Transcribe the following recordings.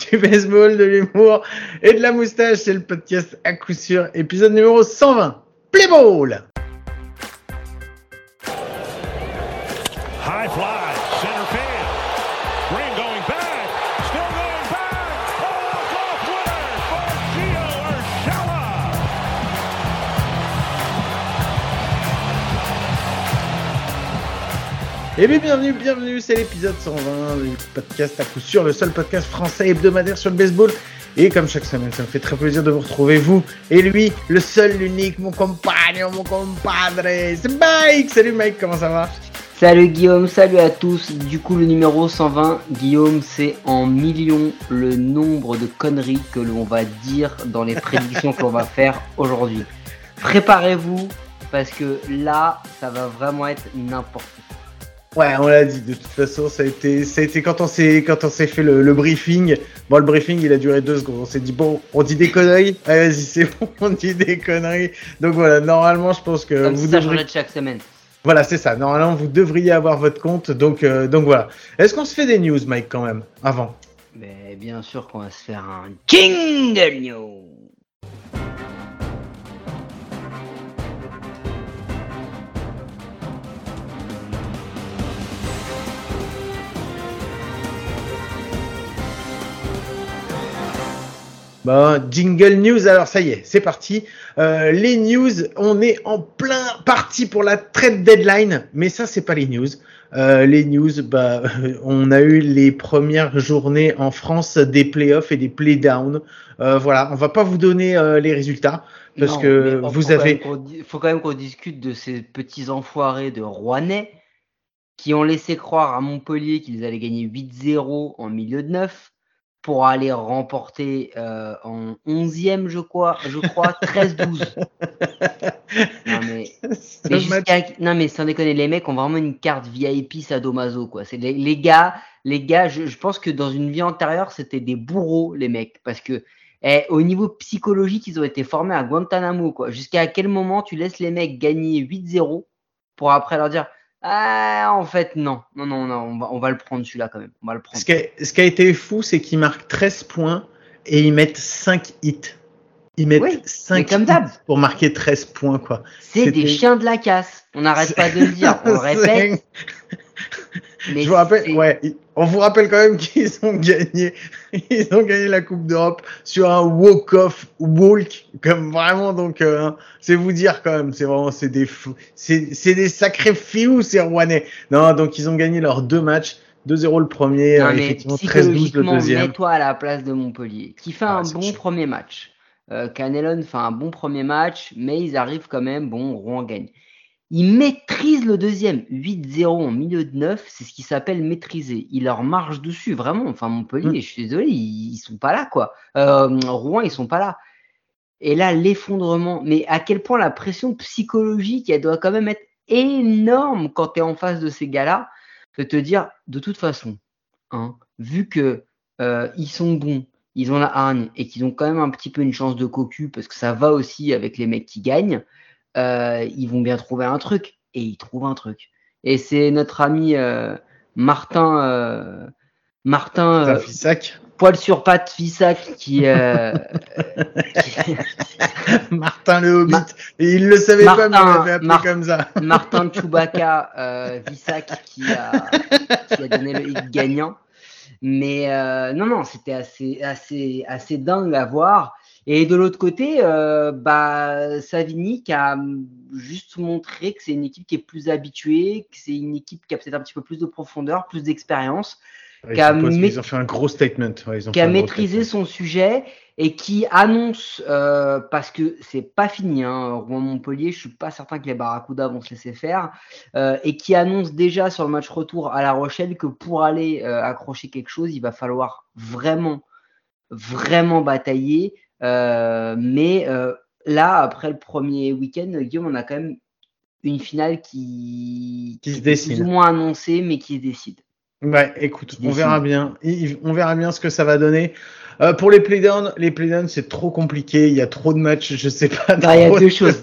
du baseball, de l'humour et de la moustache. C'est le podcast à coup sûr, épisode numéro 120. Play ball! High fly, center field. Green going back, still going back. Walk-off winner for Gio Urshela. Eh bien, bienvenue, c'est l'épisode 120, le podcast à coup sûr, le seul podcast français hebdomadaire sur le baseball. Et comme chaque semaine, ça me fait très plaisir de vous retrouver, vous et lui, le seul, l'unique, mon compagnon, mon compadre, c'est Mike. Salut Mike, comment ça va? Salut Guillaume, salut à tous. Du coup, le numéro 120, Guillaume, c'est en millions le nombre de conneries que l'on va dire dans les prédictions que l'on va faire aujourd'hui. Préparez-vous, parce que là, ça va vraiment être n'importe quoi. Ouais, on l'a dit, de toute façon, ça a été quand on s'est fait le briefing. Bon, le briefing, il a duré 2 secondes. On s'est dit, bon, on dit des conneries. Allez, vas-y, c'est bon, on dit des conneries. Donc voilà, normalement, je pense que comme vous si ça devriez... changeait de chaque semaine. Voilà, c'est ça. Normalement, vous devriez avoir votre compte. Donc voilà. Est-ce qu'on se fait des news, Mike, quand même, avant? Mais bien sûr qu'on va se faire un Jingle News. Bon, jingle news, alors ça y est, c'est parti. Les news, on est en plein parti pour la trade deadline, mais ça, c'est pas les news. Les news, on a eu les premières journées en France des playoffs et des playdowns. Voilà, on va pas vous donner les résultats parce que vous avez... Faut quand même qu'on discute de ces petits enfoirés de Rouennais qui ont laissé croire à Montpellier qu'ils allaient gagner 8-0 en milieu de 9 pour aller remporter en 11e, je crois 13-12. Non mais sans déconner, les mecs ont vraiment une carte VIP sadomaso, quoi. C'est les gars, je pense que dans une vie antérieure, c'était des bourreaux, les mecs, parce que au niveau psychologique, ils ont été formés à Guantanamo, quoi. Jusqu'à quel moment tu laisses les mecs gagner 8-0 pour après leur dire en fait, non, on va le prendre celui-là quand même. On va le prendre. Ce qui a été fou, c'est qu'ils marquent 13 points et ils mettent 5 hits. Ils mettent 5 hits pour marquer 13 points, quoi. C'était des chiens de la casse. On n'arrête pas de le dire, on le répète. Mais je vous rappelle, on vous rappelle quand même qu'ils ont gagné la Coupe d'Europe sur un walk, comme vraiment, donc c'est vous dire quand même, c'est des sacrés filous ces Rouennais. Non, donc ils ont gagné leurs 2 matchs, 2-0 le premier, effectivement 13-12 le deuxième. Mets-toi à la place de Montpellier, qui fait un bon premier match. Cannelon fait un bon premier match, mais ils arrivent quand même, Rouen gagne. Ils maîtrisent le deuxième, 8-0 en milieu de 9, c'est ce qui s'appelle maîtriser. Ils leur marchent dessus, vraiment. Enfin, Montpellier, je suis désolé, ils sont pas là, quoi. Rouen, ils sont pas là. Et là, l'effondrement. Mais à quel point la pression psychologique, elle doit quand même être énorme quand tu es en face de ces gars-là, de te dire, de toute façon, vu que ils sont bons, ils ont la hargne et qu'ils ont quand même un petit peu une chance de cocu, parce que ça va aussi avec les mecs qui gagnent, ils vont bien trouver un truc, et ils trouvent un truc. Et c'est notre ami Martin Fissac. Poil sur patte Fissac qui Martin le Hobbit, et il le savait pas, mais il l'avait appelé comme ça. Martin Chewbacca Fissac qui a donné le hit gagnant. Mais non, c'était assez dingue à voir. Et de l'autre côté, Savigny qui a juste montré que c'est une équipe qui est plus habituée, que c'est une équipe qui a peut-être un petit peu plus de profondeur, plus d'expérience, ils ont fait un gros statement. Qui a maîtrisé son sujet et qui annonce, parce que c'est pas fini, Rouen-Montpellier, je suis pas certain que les Barracudas vont se laisser faire, et qui annonce déjà sur le match retour à La Rochelle que pour aller accrocher quelque chose, il va falloir vraiment, vraiment batailler. Mais là, après le premier week-end, Guillaume, on a quand même une finale qui se décide, plus ou moins annoncée, mais qui se décide. Ouais, écoute, on verra bien ce que ça va donner. Pour les playdowns, c'est trop compliqué, il y a trop de matchs, je sais pas. Il y a deux choses.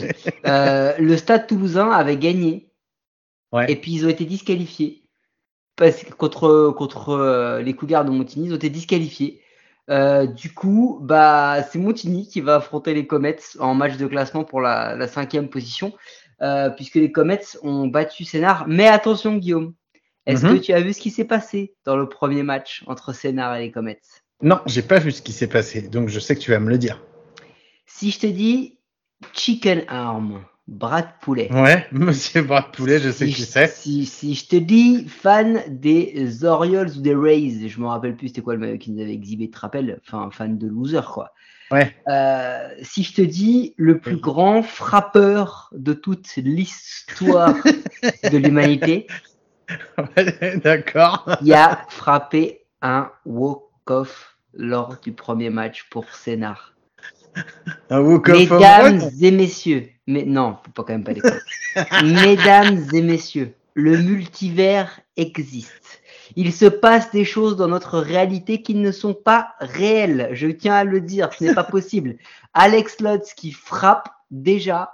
Le Stade Toulousain avait gagné, et puis ils ont été disqualifiés. parce que contre les Cougars de Montigny, ils ont été disqualifiés. Du coup, c'est Montigny qui va affronter les Comets en match de classement pour la 5e position, puisque les Comets ont battu Sénart. Mais attention, Guillaume, est-ce que tu as vu ce qui s'est passé dans le premier match entre Sénart et les Comets? Non, j'ai pas vu ce qui s'est passé, donc je sais que tu vas me le dire. Si je te dis Chicken Arm, bras de poulet. Ouais, monsieur bras de poulet, je sais qui c'est. Si je te dis fan des Orioles ou des Rays, je me rappelle plus c'était quoi le maillot qu'ils nous avaient exhibé, tu te rappelles? Enfin, fan de loser, quoi. Ouais. Si je te dis le plus grand frappeur de toute l'histoire de l'humanité, ouais, d'accord. Il a frappé un walk-off lors du premier match pour Sénart. Un walk-off. Mesdames et messieurs, mais non, faut pas quand même pas déconner. Mesdames et messieurs, le multivers existe. Il se passe des choses dans notre réalité qui ne sont pas réelles. Je tiens à le dire, ce n'est pas possible. Alex Lutz qui frappe déjà,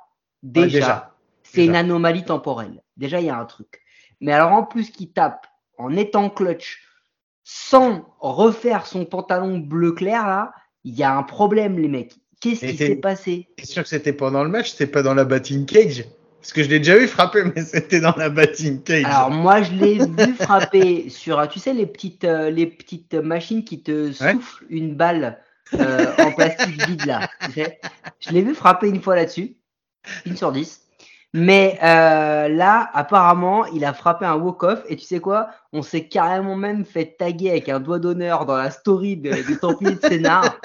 c'est une anomalie temporelle. Déjà, il y a un truc. Mais alors en plus qui tape en étant clutch sans refaire son pantalon bleu clair là, il y a un problème les mecs. Qu'est-ce qui s'est passé? T'es sûr que c'était pendant le match, c'était pas dans la batting cage? Parce que je l'ai déjà vu frapper, mais c'était dans la batting cage. Alors moi je l'ai vu frapper sur, tu sais les petites machines qui te soufflent une balle en plastique vide là. Tu sais, je l'ai vu frapper une fois là-dessus, 1 sur 10. Mais là, apparemment, il a frappé un walk-off. Et tu sais quoi? On s'est carrément même fait taguer avec un doigt d'honneur dans la story des Templiers de Sénart.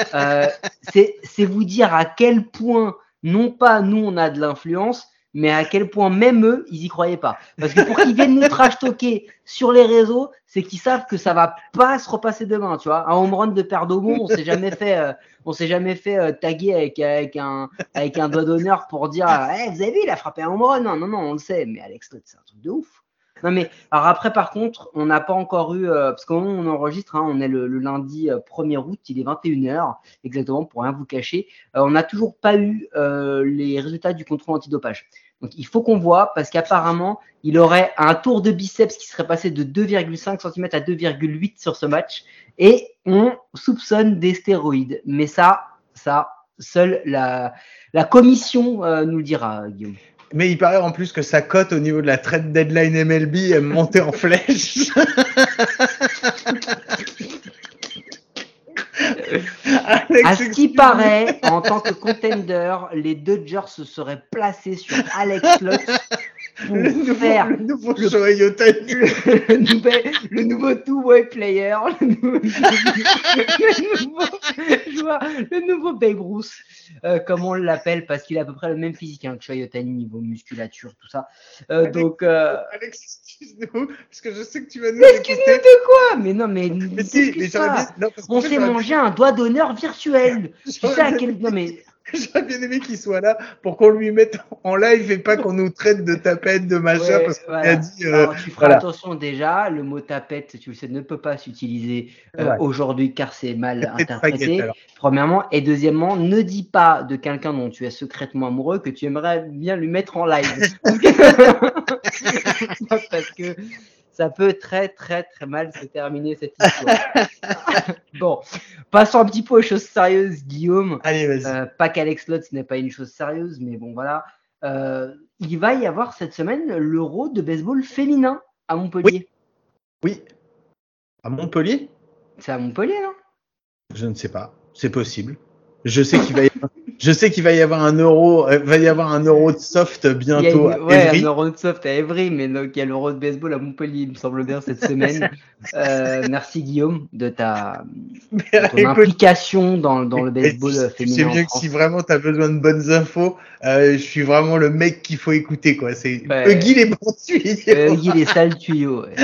C'est vous dire à quel point, non pas nous, on a de l'influence, mais à quel point même eux, ils y croyaient pas. Parce que pour qu'ils viennent nous trash-talker sur les réseaux, c'est qu'ils savent que ça va pas se repasser demain, tu vois. Un home run de Perdomo, on s'est jamais fait taguer avec un doigt d'honneur pour dire hey, vous avez vu, il a frappé un home run. Non, on le sait, mais Alex Lutz, c'est un truc de ouf. Non, mais alors après, par contre, on n'a pas encore eu, parce qu'au moment où on enregistre, on est le lundi 1er août, il est 21h, exactement, pour rien vous cacher. On n'a toujours pas eu les résultats du contrôle antidopage. Donc, il faut qu'on voit, parce qu'apparemment, il aurait un tour de biceps qui serait passé de 2,5 cm à 2,8 sur ce match. Et on soupçonne des stéroïdes. Mais ça, seule la commission nous le dira, Guillaume. Mais il paraît en plus que sa cote au niveau de la trade deadline MLB est montée en flèche. À ce qui paraît, en tant que contender, les Dodgers se seraient placés sur Alex Lutz pour faire le nouveau Shohei Ohtani, le nouveau two-way player, le nouveau Babe Ruth, comme on l'appelle, parce qu'il a à peu près le même physique que Shohei Ohtani, niveau musculature, tout ça. Alex, excuse-nous, parce que je sais que tu vas nous excuse-nous de quoi? Mais non, mais si, on s'est mangé un doigt d'honneur virtuel. Tu sais à quel... Non, mais... J'aurais bien aimé qu'il soit là pour qu'on lui mette en live et pas qu'on nous traite de tapette, de machin, parce qu'on a dit. Alors, tu feras attention déjà, le mot tapette, tu le sais, ne peut pas s'utiliser aujourd'hui car c'est mal interprété. Premièrement, et deuxièmement, ne dis pas de quelqu'un dont tu es secrètement amoureux que tu aimerais bien lui mettre en live. Parce que ça peut très très très mal se terminer cette histoire. Bon, passons un petit peu aux choses sérieuses, Guillaume. Allez, vas-y. Pas qu'Alex Lutz n'est pas une chose sérieuse, mais bon voilà. Il va y avoir cette semaine l'Euro de baseball féminin à Montpellier. Oui. À Montpellier? C'est à Montpellier, non? Je ne sais pas. C'est possible. Je sais qu'il va y avoir un euro, de soft bientôt à Évry. Un euro de soft à Évry, mais donc il y a l'euro de baseball à Montpellier, il me semble bien, cette semaine. Merci Guillaume de ton implication dans le baseball féminin. C'est mieux que si vraiment tu as besoin de bonnes infos, je suis vraiment le mec qu'il faut écouter, quoi. C'est Huggy les bons tuyaux. Huggy les sales tuyaux. Ouais.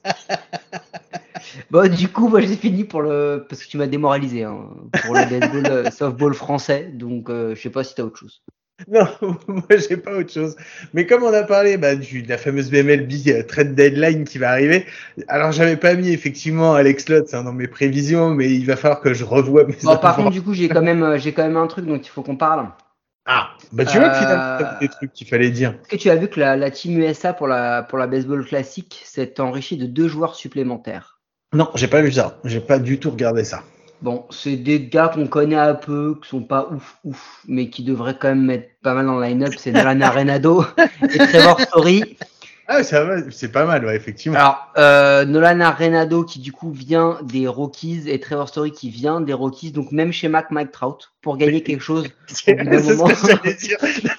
Bon, du coup, moi j'ai fini parce que tu m'as démoralisé pour le baseball, softball français, donc je sais pas si t'as autre chose. Non, moi j'ai pas autre chose. Mais comme on a parlé de la fameuse MLB trade deadline qui va arriver, alors j'avais pas mis effectivement Alex Lutz dans mes prévisions, mais il va falloir que je revoie mes. Bon, par contre, du coup, j'ai quand même un truc dont il faut qu'on parle. Ah, bah tu vois que finalement, t'as des trucs qu'il fallait dire. Est-ce que tu as vu que la team USA pour la baseball classique s'est enrichie de 2 joueurs supplémentaires? Non, j'ai pas vu ça. J'ai pas du tout regardé ça. Bon, c'est des gars qu'on connaît un peu, qui sont pas ouf, mais qui devraient quand même être pas mal dans le line-up. C'est Nolan Arenado et Trevor Story. Ah, ça va, c'est pas mal, ouais, effectivement. Alors, Nolan Arenado qui du coup vient des Rockies et Trevor Story qui vient des Rockies, donc même chez Mike Trout, pour gagner quelque chose. C'est ce que j'allais dire.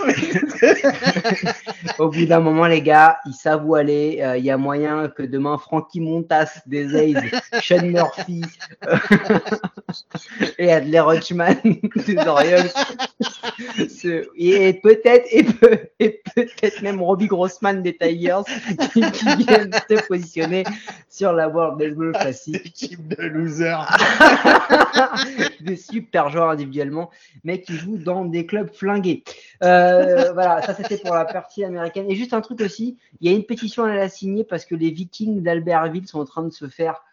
Au bout d'un moment, les gars, ils savent où aller. Il y a moyen que demain, Frankie Montas des A's, Sean Murphy et Adley Rutschman des Orioles et peut-être même Robbie Grossman des Tigers qui viennent se positionner sur la World Baseball Classic. Équipe de losers. Des super joueurs individuellement, mais qui jouent dans des clubs flingués. Voilà, ça c'était pour la partie américaine. Et juste un truc aussi, il y a une pétition à la signer parce que les Vikings d'Albertville sont en train de se faire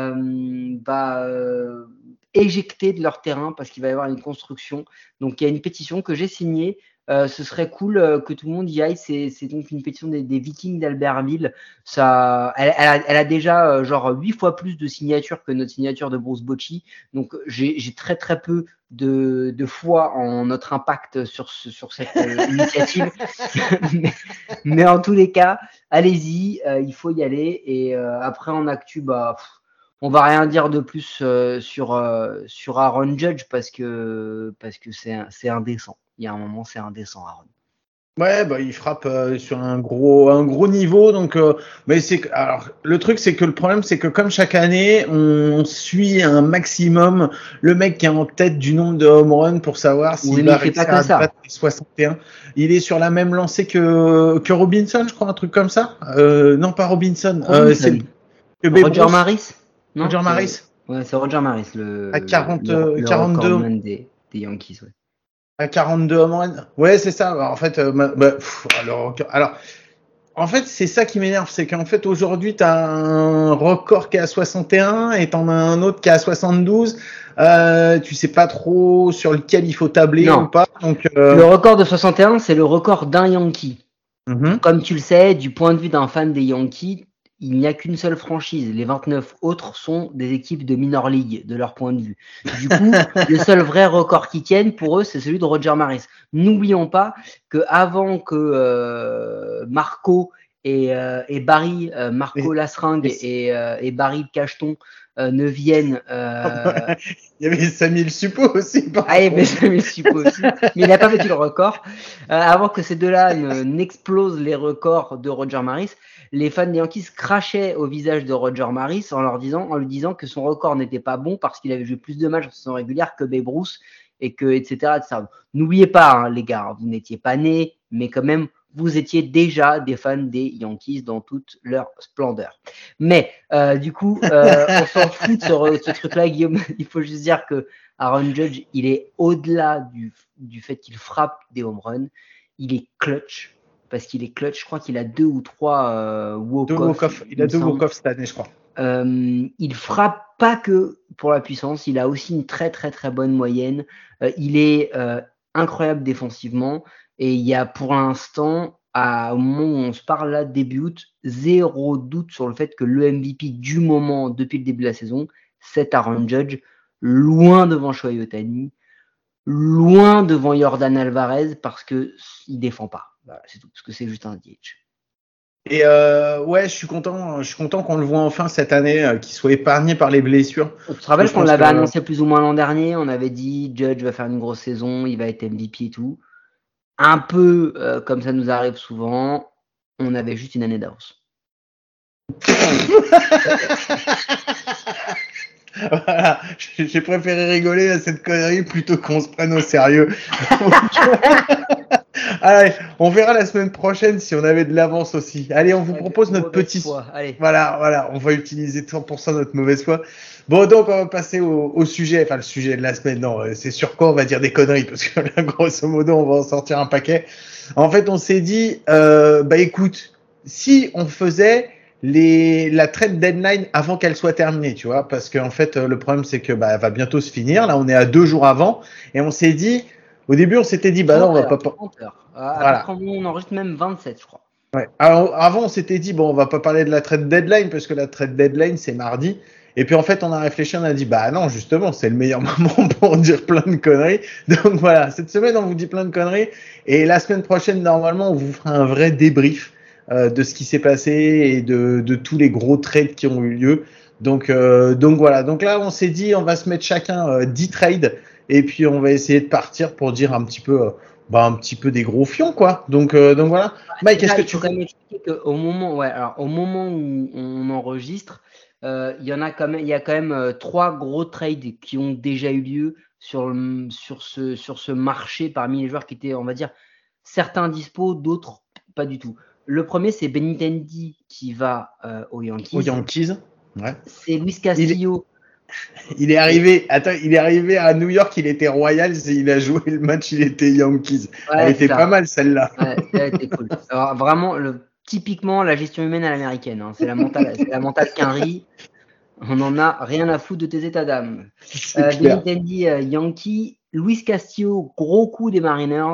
éjecter de leur terrain parce qu'il va y avoir une construction. Donc il y a une pétition que j'ai signée. Ce serait cool que tout le monde y aille. C'est donc une pétition des Vikings d'Albertville. Ça, elle a déjà genre 8 fois plus de signatures que notre signature de Bruce Bochy. Donc j'ai très très peu de foi en notre impact sur cette initiative. mais en tous les cas, allez-y, il faut y aller. Et après en actu, on va rien dire de plus sur Aaron Judge parce que c'est indécent. Il y a un moment, c'est indécent, Aaron. Ouais, il frappe sur un gros niveau. Donc, mais alors le truc, c'est que le problème, c'est que comme chaque année, on suit un maximum le mec qui est en tête du nombre de home runs pour savoir s'il va réussir à battre les 61. Il est sur la même lancée que Robinson, je crois, un truc comme ça. Non, pas Robinson. C'est Roger Maris. Non, Roger Maris. Ouais, c'est Roger Maris à 42 des Yankees. Ouais. À 42 home runs. Ouais, c'est ça. En fait, alors, en fait, c'est ça qui m'énerve, c'est qu'en fait, aujourd'hui, t'as un record qui est à 61 et t'en as un autre qui est à 72. Tu sais pas trop sur lequel il faut tabler ou pas. Donc, le record de 61, c'est le record d'un Yankee. Comme tu le sais, du point de vue d'un fan des Yankees, il n'y a qu'une seule franchise. Les 29 autres sont des équipes de minor league, de leur point de vue. Du coup, le seul vrai record qui tienne pour eux, c'est celui de Roger Maris. N'oublions pas que avant que Marco et Barry, Marco Lasringue et Barry Cacheton ne viennent. Il y avait Samuel Suppo aussi. Il y avait Samuel Suppo aussi, mais il n'a pas battu le record. Avant que ces deux-là n'explosent les records de Roger Maris, les fans des Yankees crachaient au visage de Roger Maris en lui disant que son record n'était pas bon parce qu'il avait joué plus de matchs en saison régulière que Babe Ruth et que etc. N'oubliez pas, les gars, vous n'étiez pas nés, mais quand même, vous étiez déjà des fans des Yankees dans toute leur splendeur. Mais du coup, on s'en fout de ce truc-là, Guillaume. Il faut juste dire que Aaron Judge, il est au-delà du fait qu'il frappe des home runs. Il est clutch. Parce qu'il est clutch, je crois qu'il a 2 ou 3 walk-off. Il a 2 walk-off cette année, je crois. Il frappe pas que pour la puissance, il a aussi une très très très bonne moyenne. Il est incroyable défensivement et il y a pour l'instant, au moment où on se parle là, début août, 0 doute sur le fait que le MVP du moment depuis le début de la saison, c'est Aaron Judge, loin devant Shohei Ohtani, loin devant Yordan Alvarez parce que il défend pas. Voilà, c'est tout, parce que c'est juste un DH. Et ouais, je suis content qu'on le voit enfin cette année, qu'il soit épargné par les blessures. Tu te rappelles qu'on l'avait annoncé plus ou moins l'an dernier, on avait dit Judge va faire une grosse saison, il va être MVP et tout. Un peu comme ça nous arrive souvent, on avait juste une année d'avance. Voilà, j'ai préféré rigoler à cette connerie plutôt qu'on se prenne au sérieux. Allez, on verra la semaine prochaine si on avait de l'avance aussi. Allez, on vous propose notre petit. Voilà, on va utiliser 100% notre mauvaise foi. Bon, donc on va passer au sujet, enfin le sujet de la semaine. Non, c'est sur quoi on va dire des conneries parce que là, grosso modo, on va en sortir un paquet. En fait, on s'est dit, écoute, si on faisait la trade deadline avant qu'elle soit terminée, tu vois, parce qu'en fait, le problème c'est que elle va bientôt se finir. Là, on est à 2 jours avant, et on s'est dit. Au début, on s'était dit, bah non, on va pas. 30 heures. Voilà. Après, on enregistre même 27, je crois. Ouais. Alors, avant, on s'était dit, bon, on va pas parler de la trade deadline parce que la trade deadline, c'est mardi. Et puis, en fait, on a réfléchi, on a dit, bah non, justement, c'est le meilleur moment pour dire plein de conneries. Donc, voilà, cette semaine, on vous dit plein de conneries. Et la semaine prochaine, normalement, on vous fera un vrai débrief de ce qui s'est passé et de tous les gros trades qui ont eu lieu. Donc voilà. Donc là, on s'est dit, on va se mettre chacun 10 trades. Et puis, on va essayer de partir pour dire un petit peu des gros fions, quoi. Donc voilà. Mike, est-ce que tu peux quand même expliquer qu'au moment, au moment où on enregistre, il y a quand même 3 gros trades qui ont déjà eu lieu sur ce marché parmi les joueurs qui étaient, on va dire, certains dispo, d'autres pas du tout. Le premier, c'est Benintendi qui va aux Yankees. Aux Yankees, ouais. C'est Luis Castillo. Il est arrivé à New York, il était Royals et il a joué le match, il était Yankees. Ouais, elle était pas mal celle-là. Ouais, elle était cool. Alors, vraiment, typiquement la gestion humaine à l'américaine. Hein. C'est la mentale Quinry. On n'en a rien à foutre de tes états d'âme. Benintendi, Yankee. Luis Castillo, gros coup des Mariners.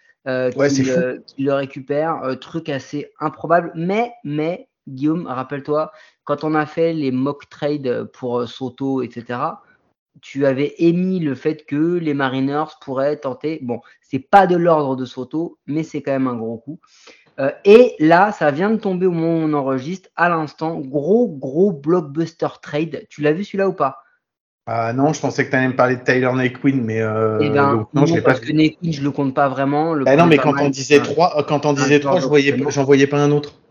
Qui le récupère. Truc assez improbable. Mais Guillaume, rappelle-toi, quand on a fait les mock trades pour Soto, etc., tu avais émis le fait que les Mariners pourraient tenter. Bon, c'est pas de l'ordre de Soto, mais c'est quand même un gros coup. Et là, ça vient de tomber au moment où on enregistre, à l'instant. Gros blockbuster trade. Tu l'as vu celui-là ou pas? Non, je pensais que tu allais me parler de Tyler Naquin, mais non, je l'ai pas vu. Que Naquin, je le compte pas vraiment. Non, mais quand on disait 3, j'en voyais pas un autre.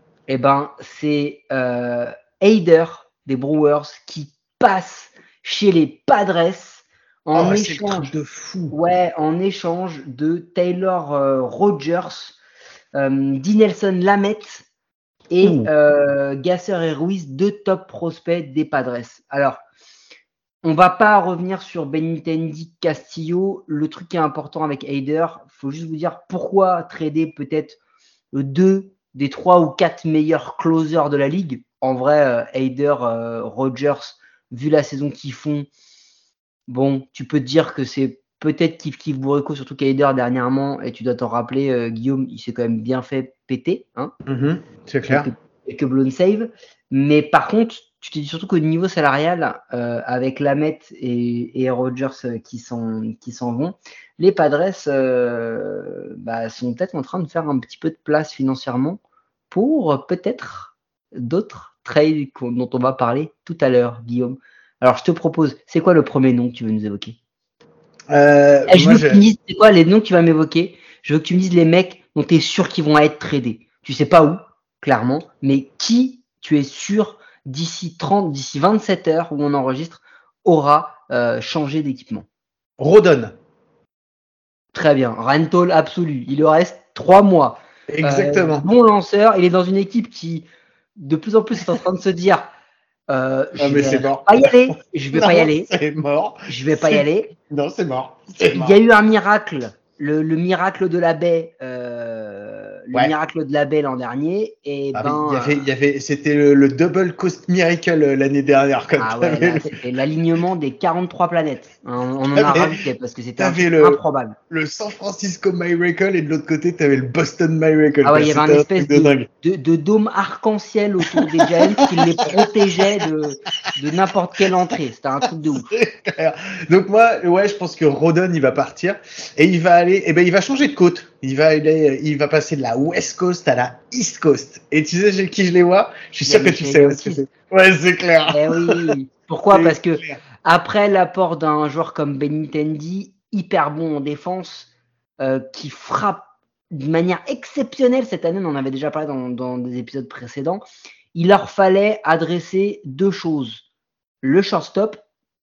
C'est Hader des Brewers qui passe chez les Padres en échange de fou. Ouais, en échange de Taylor Rogers, Dinelson Lamet et Gasser et Ruiz, 2 top prospects des Padres. Alors, on va pas revenir sur Benintendi, Castillo. Le truc qui est important avec Hader, faut juste vous dire pourquoi trader peut-être 2 des 3 ou 4 meilleurs closers de la ligue. En vrai, Hader, Rogers, vu la saison qu'ils font, bon, tu peux te dire que c'est peut-être kiff bourrico, surtout qu'Hader dernièrement, et tu dois t'en rappeler, Guillaume, il s'est quand même bien fait péter. Hein, c'est clair. Quelques blown save. Mais par contre, tu te dis surtout qu'au niveau salarial, avec Lamet et Rogers qui s'en vont, les Padres sont peut-être en train de faire un petit peu de place financièrement pour peut-être d'autres trades dont on va parler tout à l'heure, Guillaume. Alors, je te propose, c'est quoi le premier nom que tu veux nous évoquer? Je veux que tu me dises, c'est quoi les noms que tu vas m'évoquer? Je veux que tu me dises les mecs dont tu es sûr qu'ils vont être tradés. Tu sais pas où, clairement, mais qui tu es sûr d'ici 27 heures où on enregistre aura changé d'équipement? Rodon. Très bien. Rental absolu. Il lui reste 3 mois. Exactement. Bon lanceur. Il est dans une équipe qui, de plus en plus, est en train de se dire c'est mort. Pas y aller. Je vais pas y aller. C'est mort. Je vais pas y aller. Non, c'est mort. Il y a eu un miracle. Le miracle de la baie. Miracle de la baie l'an dernier. Et c'était le double coast miracle l'année dernière. C'était l'alignement des 43 planètes. On en a rajouté parce que c'était improbable. Le San Francisco Miracle et de l'autre côté, tu avais le Boston Miracle. Il y avait un espèce de dôme arc-en-ciel autour des Giants qui les protégeait de n'importe quelle entrée. C'était un truc de ouf. Donc moi, je pense que Rodon, il va partir et il va aller, il va changer de côte. Il va passer de la West Coast à la East Coast. Et tu sais qui je les vois? Je suis sûr que tu sais ce que c'est. Ouais, c'est clair. Oui. Pourquoi? Parce que après l'apport d'un joueur comme Benintendi, hyper bon en défense, qui frappe de manière exceptionnelle cette année, on en avait déjà parlé dans des épisodes précédents, il leur fallait adresser 2 choses. Le shortstop,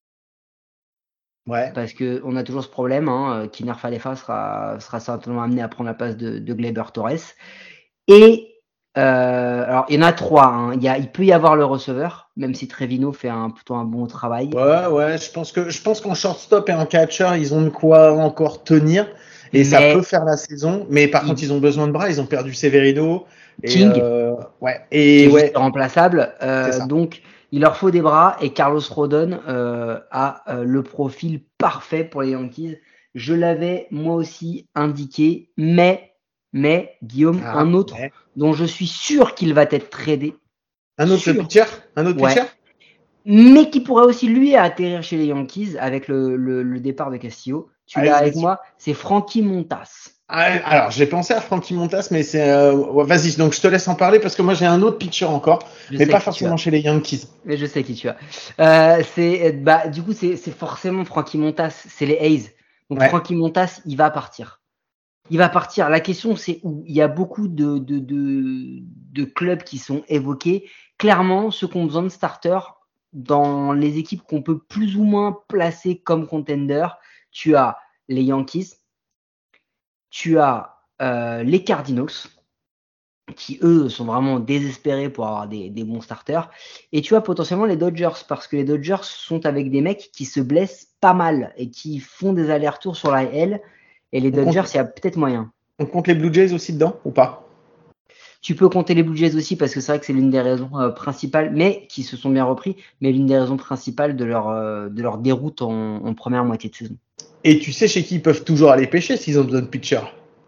parce qu'on a toujours ce problème, Kiner Falefa sera certainement amené à prendre la place de Gleyber Torres. Et alors, il y en a 3. Il peut y avoir le receveur, même si Trevino fait plutôt un bon travail. Ouais, je pense qu'en shortstop et en catcher, ils ont de quoi encore tenir. Et ça peut faire la saison. Mais par contre, ils ont besoin de bras. Ils ont perdu Severino. King. Remplaçable. Donc, il leur faut des bras. Et Carlos Rodon a le profil parfait pour les Yankees. je l'avais moi aussi indiqué, mais Guillaume, un autre dont je suis sûr qu'il va être tradé. Un autre pitcher, mais qui pourrait aussi lui atterrir chez les Yankees avec le départ de Castillo. Tu l'as avec moi, c'est Frankie Montas. Alors, j'ai pensé à Frankie Montas, mais c'est vas-y, donc je te laisse en parler parce que moi j'ai un autre pitcher encore, mais pas forcément chez les Yankees. Mais je sais qui tu as. Du coup, c'est forcément Frankie Montas, c'est les A's. Donc Frankie Montas, il va partir. La question, c'est où il y a beaucoup de clubs qui sont évoqués. Clairement, ceux qui ont besoin de starters dans les équipes qu'on peut plus ou moins placer comme contenders, tu as les Yankees, tu as les Cardinals, qui eux sont vraiment désespérés pour avoir des bons starters, et tu as potentiellement les Dodgers, parce que les Dodgers sont avec des mecs qui se blessent pas mal et qui font des allers-retours sur la L, et les Dodgers, il y a peut-être moyen. On compte les Blue Jays aussi dedans ou pas? Tu peux compter les Blue Jays aussi parce que c'est vrai que c'est l'une des raisons principales, mais qui se sont bien repris, mais l'une des raisons principales de leur déroute en première moitié de saison. Et tu sais chez qui ils peuvent toujours aller pêcher s'ils ont besoin de pitcher?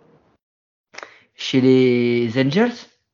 Chez les Angels?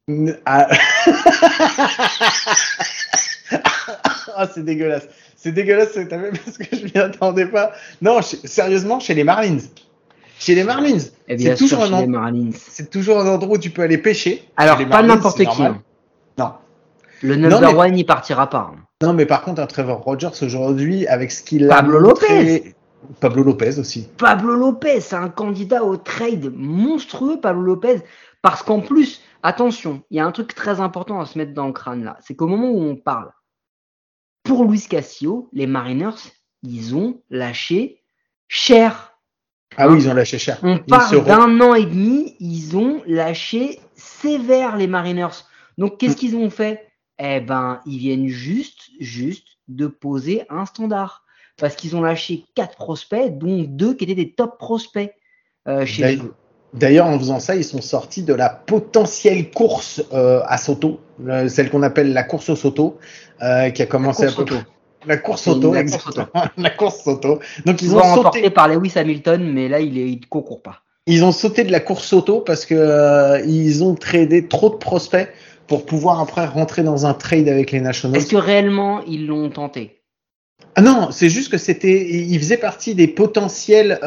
C'est dégueulasse. C'est dégueulasse, t'as vu, parce que je m'y attendais pas. Non, sérieusement, chez les Marlins. Chez les Marlins. C'est toujours un endroit où tu peux aller pêcher. Alors, pas n'importe qui. Non. Le number one, il partira pas. Non, mais par contre, un Trevor Rogers aujourd'hui, avec ce qu'il a Pablo Lopez aussi. Pablo Lopez, c'est un candidat au trade monstrueux, Pablo Lopez. Parce qu'en plus, attention, il y a un truc très important à se mettre dans le crâne là. C'est qu'au moment où on parle, pour Luis Castillo, les Mariners, ils ont lâché cher. Ah oui, ils ont lâché cher. On parle d'un an et demi, ils ont lâché sévère les Mariners. Donc, qu'est-ce qu'ils ont fait? Eh ben, ils viennent juste de poser un standard. Parce qu'ils ont lâché 4 prospects, dont 2 qui étaient des top prospects chez eux. D'ailleurs, en faisant ça, ils sont sortis de la potentielle course à Soto, celle qu'on appelle la course au Soto, qui a commencé La course auto, exactement. La course auto. Donc ils ont remporté par Lewis Hamilton, mais là il concourt pas. Ils ont sauté de la course auto parce que ils ont tradé trop de prospects pour pouvoir après rentrer dans un trade avec les Nationals. Est-ce que réellement ils l'ont tenté? Ah non, c'est juste que ils faisaient partie des potentielles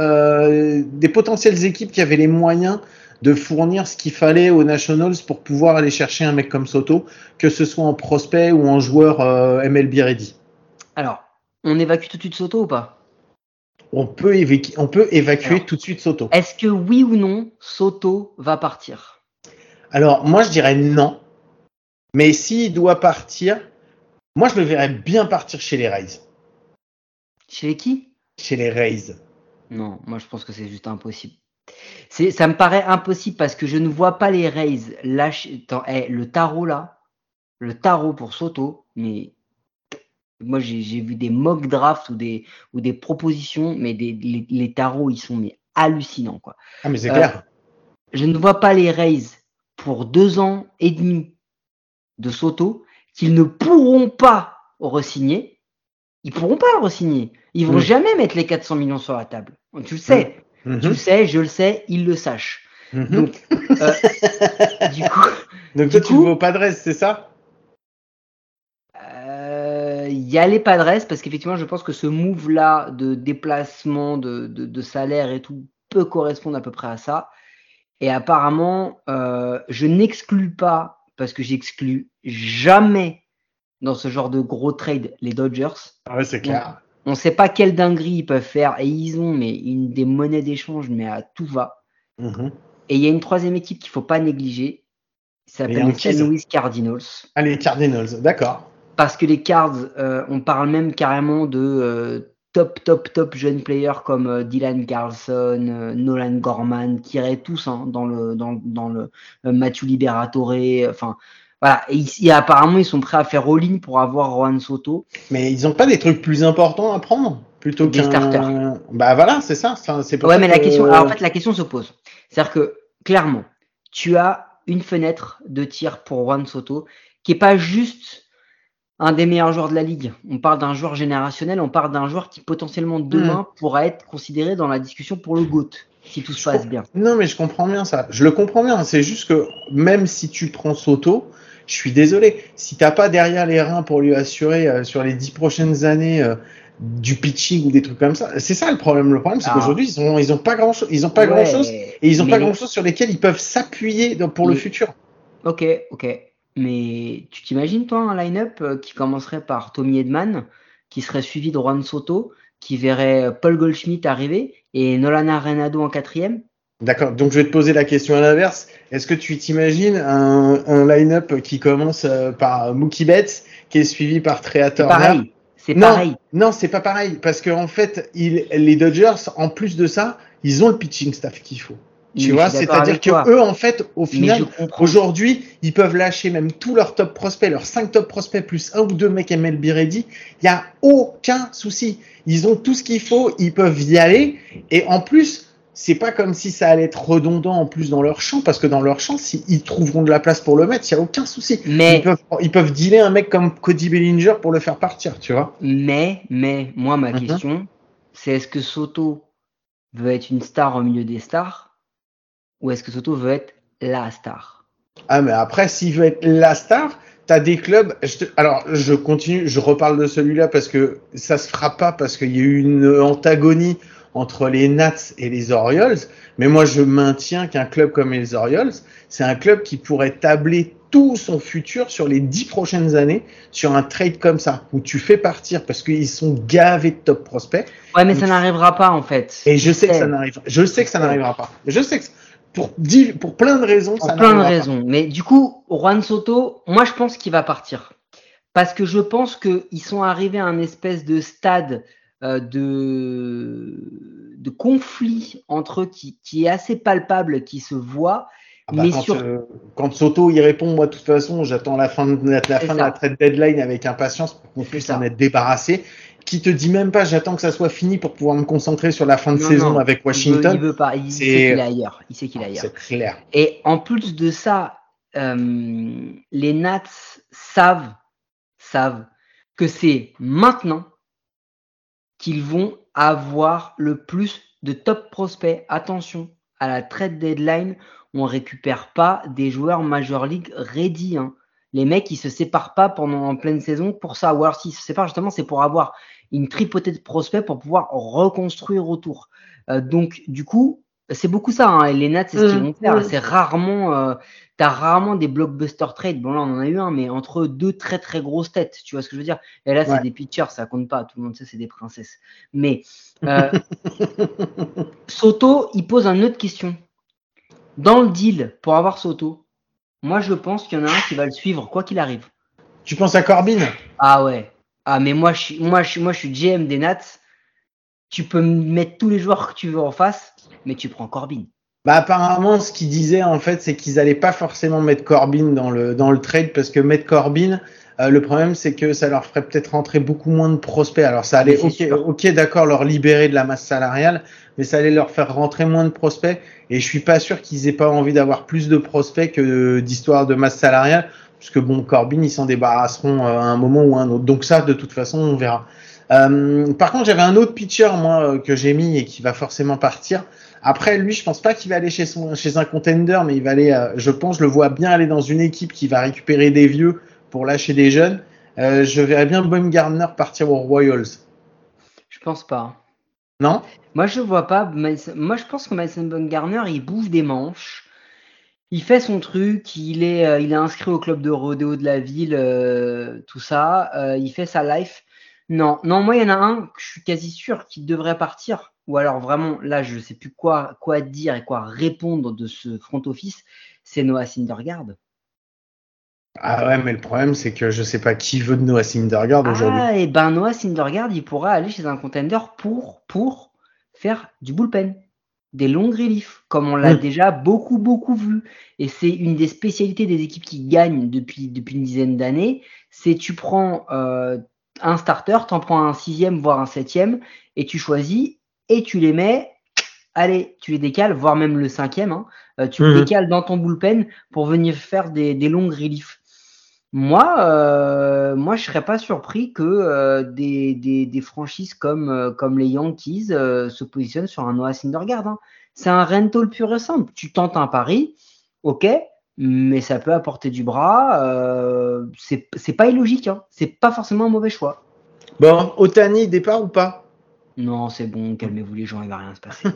équipes qui avaient les moyens de fournir ce qu'il fallait aux Nationals pour pouvoir aller chercher un mec comme Soto, que ce soit en prospect ou en joueur MLB ready. Alors, on évacue tout de suite Soto ou pas? On peut évacuer tout de suite Soto. Est-ce que oui ou non, Soto va partir? Alors, moi, je dirais non. Mais s'il doit partir, moi, je le verrais bien partir chez les Rays. Chez les qui? Chez les Rays. Non, moi, je pense que c'est juste impossible. Ça me paraît impossible parce que je ne vois pas les Rays lâcher. Le tarot là, le tarot pour Soto, mais... Moi, j'ai vu des mock drafts ou des propositions, mais les tarots, ils sont hallucinants, quoi. Ah, mais c'est clair. Je ne vois pas les Rays pour 2 ans et demi de Soto qu'ils ne pourront pas re-signer. Ils pourront pas le re-signer. Ils vont jamais mettre les 400 millions sur la table. Tu le sais. Tu le sais, je le sais, ils le sachent. Donc, Donc, toi, tu le veux aux Padres, c'est ça? Il y a les Padres parce qu'effectivement je pense que ce move là de déplacement de salaire et tout peut correspondre à peu près à ça, et apparemment je n'exclus pas, parce que j'exclus jamais dans ce genre de gros trade les Dodgers. Ah ouais, c'est clair. On sait pas quelle dinguerie ils peuvent faire, et ils ont des monnaies d'échange mais à tout va. Et il y a une troisième équipe qu'il faut pas négliger, ça s'appelle les St. Louis Cardinals. Ah, les Cardinals, d'accord. Parce que les Cards, on parle même carrément de top jeunes players comme Dylan Carlson, Nolan Gorman, qui iraient tous dans le Matthew Liberatore. Enfin, voilà. Et apparemment, ils sont prêts à faire all-in pour avoir Juan Soto. Mais ils n'ont pas des trucs plus importants à prendre plutôt des starters. Bah voilà, c'est ça. C'est pour ouais, ça mais la question se pose. C'est-à-dire que clairement, tu as une fenêtre de tir pour Juan Soto qui est pas juste un des meilleurs joueurs de la ligue. On parle d'un joueur générationnel, on parle d'un joueur qui potentiellement demain pourra être considéré dans la discussion pour le GOAT, si tout se passe bien. Non, mais je comprends bien ça. Je le comprends bien. C'est juste que même si tu prends Soto, je suis désolé. Si t'as pas derrière les reins pour lui assurer sur les 10 prochaines années du pitching ou des trucs comme ça, c'est ça le problème. Le problème, c'est qu'aujourd'hui ils ont pas grand chose. Ils ont pas grand chose et ils ont pas grand chose sur lesquels ils peuvent s'appuyer pour le futur. Ok. Mais tu t'imagines, toi, un line-up qui commencerait par Tommy Edman, qui serait suivi de Juan Soto, qui verrait Paul Goldschmidt arriver et Nolan Arenado en 4e? D'accord, donc je vais te poser la question à l'inverse. Est-ce que tu t'imagines un line-up qui commence par Mookie Betts, qui est suivi par Trea Turner? C'est pareil. Non, c'est pas pareil, parce qu'en fait, les Dodgers, en plus de ça, ils ont le pitching staff qu'il faut. Tu vois, c'est-à-dire que eux, en fait, au final, aujourd'hui, ils peuvent lâcher même tous leurs top prospects, leurs 5 top prospects plus 1 ou 2 mecs MLB ready. Il y a aucun souci. Ils ont tout ce qu'il faut, ils peuvent y aller. Et en plus, c'est pas comme si ça allait être redondant en plus dans leur champ, parce que dans leur champ, s'ils trouveront de la place pour le mettre, il y a aucun souci. Mais ils peuvent dealer un mec comme Cody Bellinger pour le faire partir, tu vois. Mais moi, ma question, c'est est-ce que Soto veut être une star au milieu des stars? Ou est-ce que Soto veut être la star? Ah, mais après, s'il veut être la star, t'as des clubs. Alors, je continue, je reparle de celui-là parce que ça se fera pas, parce qu'il y a eu une antagonie entre les Nats et les Orioles. Mais moi, je maintiens qu'un club comme les Orioles, c'est un club qui pourrait tabler tout son futur sur les 10 prochaines années sur un trade comme ça, où tu fais partir parce qu'ils sont gavés de top prospects. Ouais, mais ça n'arrivera pas, en fait. Et je sais que ça n'arrivera. Je sais que ça n'arrivera pas. Je sais que pour plein de raisons, ça n'arrivera pas. Plein de raisons. Mais du coup, Juan Soto, moi, je pense qu'il va partir. Parce que je pense qu'ils sont arrivés à un espèce de stade de conflit entre eux qui est assez palpable, qui se voit. Mais quand Soto y répond, moi de toute façon, j'attends la fin de la trade deadline avec impatience pour qu'on puisse en être débarrassé. Qui te dit même pas, j'attends que ça soit fini pour pouvoir me concentrer sur la fin de saison avec Washington. Il veut pas, il sait qu'il est ailleurs. C'est clair. Et en plus de ça, les Nats savent que c'est maintenant qu'ils vont avoir le plus de top prospects. Attention, à la trade deadline, on récupère pas des joueurs Major League ready. Les mecs, ils se séparent pas en pleine saison pour ça. Ou alors s'ils se séparent, justement, c'est pour avoir une tripotée de prospects pour pouvoir reconstruire autour. Donc, du coup, c'est beaucoup ça. Les Nats, c'est ce qu'ils vont faire. C'est rarement... t'as rarement des blockbuster trades. Bon, là, on en a eu un, mais entre deux très, très grosses têtes. Tu vois ce que je veux dire? Et là, c'est des pitchers, ça compte pas. Tout le monde sait, c'est des princesses. Mais Soto, il pose une autre question. Dans le deal, pour avoir Soto, moi, je pense qu'il y en a un qui va le suivre, quoi qu'il arrive. Tu penses à Corbin? Ah ouais. Ah, mais moi, je suis GM des Nats. Tu peux me mettre tous les joueurs que tu veux en face, mais tu prends Corbin. Bah, apparemment, ce qu'ils disaient, en fait, c'est qu'ils allaient pas forcément mettre Corbin dans le trade, parce que mettre Corbin, le problème, c'est que ça leur ferait peut-être rentrer beaucoup moins de prospects. Alors, ça allait, ok, d'accord, leur libérer de la masse salariale, mais ça allait leur faire rentrer moins de prospects. Et je suis pas sûr qu'ils aient pas envie d'avoir plus de prospects que d'histoire de masse salariale, parce que bon, Corbin, ils s'en débarrasseront à un moment ou à un autre. Donc ça, de toute façon, on verra. Par contre, j'avais un autre pitcher, moi, que j'ai mis et qui va forcément partir. Après, lui, je pense pas qu'il va aller chez un contender, mais il va aller, je le vois bien aller dans une équipe qui va récupérer des vieux pour lâcher des jeunes. Je verrais bien Bumgarner partir aux Royals. Je pense pas. Non? Moi, je vois pas. Moi, je pense que Madison Bumgarner, il bouge des manches. Il fait son truc. Il est inscrit au club de rodéo de la ville, tout ça. Il fait sa life. Non, moi, il y en a un que je suis quasi sûr qu'il devrait partir. Ou alors vraiment, là, je ne sais plus quoi dire et quoi répondre de ce front office. C'est Noah Syndergaard. Ah ouais, mais le problème, c'est que je sais pas qui veut de Noah Syndergaard aujourd'hui. Ah, et ben Noah Syndergaard, il pourra aller chez un contender pour faire du bullpen, des longs reliefs, comme on l'a déjà beaucoup vu. Et c'est une des spécialités des équipes qui gagnent depuis une dizaine d'années. C'est tu prends un starter, t'en prends un 6e, voire un 7e, et tu choisis, et tu les mets, allez, tu les décales, voire même le 5e, tu le décales dans ton bullpen pour venir faire des longs reliefs. Moi, je serais pas surpris que des franchises comme les Yankees se positionnent sur un Noah Syndergaard. Hein. C'est un rental pur et simple. Tu tentes un pari, ok, mais ça peut apporter du bras. C'est pas illogique. Hein. C'est pas forcément un mauvais choix. Bon, Ohtani, départ ou pas? Non, c'est bon, calmez-vous les gens, il va rien se passer.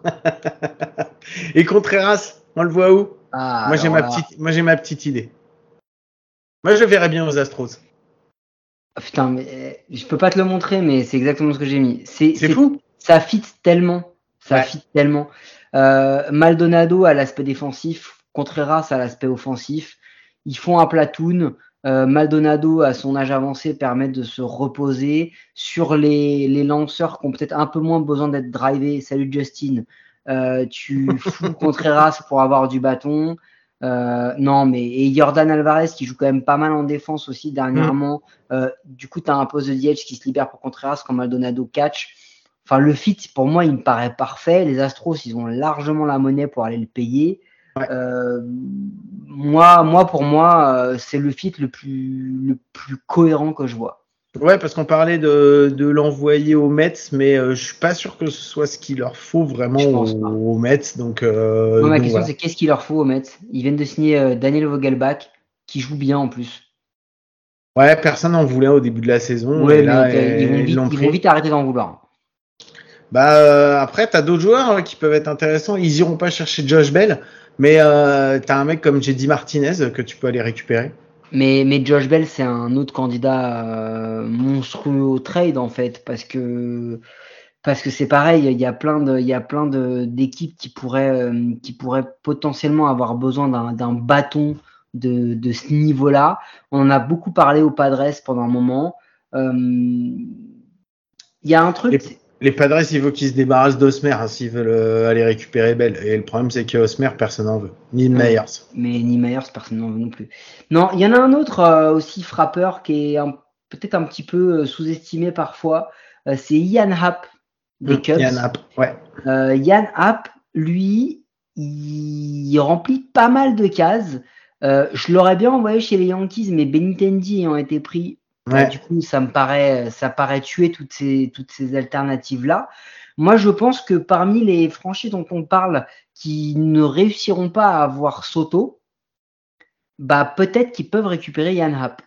Et Contreras, on le voit où? Moi, j'ai ma petite idée. Moi, je le verrais bien aux Astros. Ah, putain, mais je peux pas te le montrer, mais c'est exactement ce que j'ai mis. C'est fou. Ça fit tellement. Fit tellement. Maldonado à l'aspect défensif, Contreras à l'aspect offensif. Ils font un platoon. Maldonado, à son âge avancé, permet de se reposer sur les lanceurs qui ont peut-être un peu moins besoin d'être drivés. Salut Justin. Tu fous Contreras pour avoir du bâton. Non, mais et Jordan Alvarez qui joue quand même pas mal en défense aussi dernièrement. Du coup, tu as un poste de DH qui se libère pour Contreras quand Maldonado catch. Enfin, le fit, pour moi, il me paraît parfait. Les Astros, ils ont largement la monnaie pour aller le payer. Ouais. Pour moi, c'est le fit le plus cohérent que je vois. Ouais, parce qu'on parlait de l'envoyer aux Mets, mais je suis pas sûr que ce soit ce qu'il leur faut vraiment aux Mets. Donc, ma question, c'est qu'est-ce qu'il leur faut aux Mets? Ils viennent de signer Daniel Vogelbach, qui joue bien en plus. Ouais, personne n'en voulait au début de la saison. Ouais, et là, ils vont vite arrêter d'en vouloir. Après, t'as d'autres joueurs qui peuvent être intéressants. Ils iront pas chercher Josh Bell, mais t'as un mec comme JD Martinez que tu peux aller récupérer. Mais Josh Bell, c'est un autre candidat monstrueux au trade en fait, parce que c'est pareil, il y a plein d'équipes qui pourraient potentiellement avoir besoin d'un bâton de ce niveau-là. On en a beaucoup parlé aux Padres pendant un moment. Il y a un truc. Les Padres, il faut qu'ils se débarrassent d'Osmer s'ils veulent aller récupérer Bell. Et le problème, c'est qu'Osmer, personne n'en veut. Ni de Myers. Mais ni Myers, personne n'en veut non plus. Non, il y en a un autre aussi frappeur qui est peut-être un petit peu sous-estimé parfois. C'est Ian Happ des Cubs. Ian Happ, ouais. Ian Happ, lui, il remplit pas mal de cases. Je l'aurais bien envoyé chez les Yankees, mais Benintendi ayant été pris. Ouais. Du coup, ça paraît tuer toutes ces alternatives-là. Moi, je pense que parmi les franchises dont on parle qui ne réussiront pas à avoir Soto, peut-être qu'ils peuvent récupérer Ian Happ.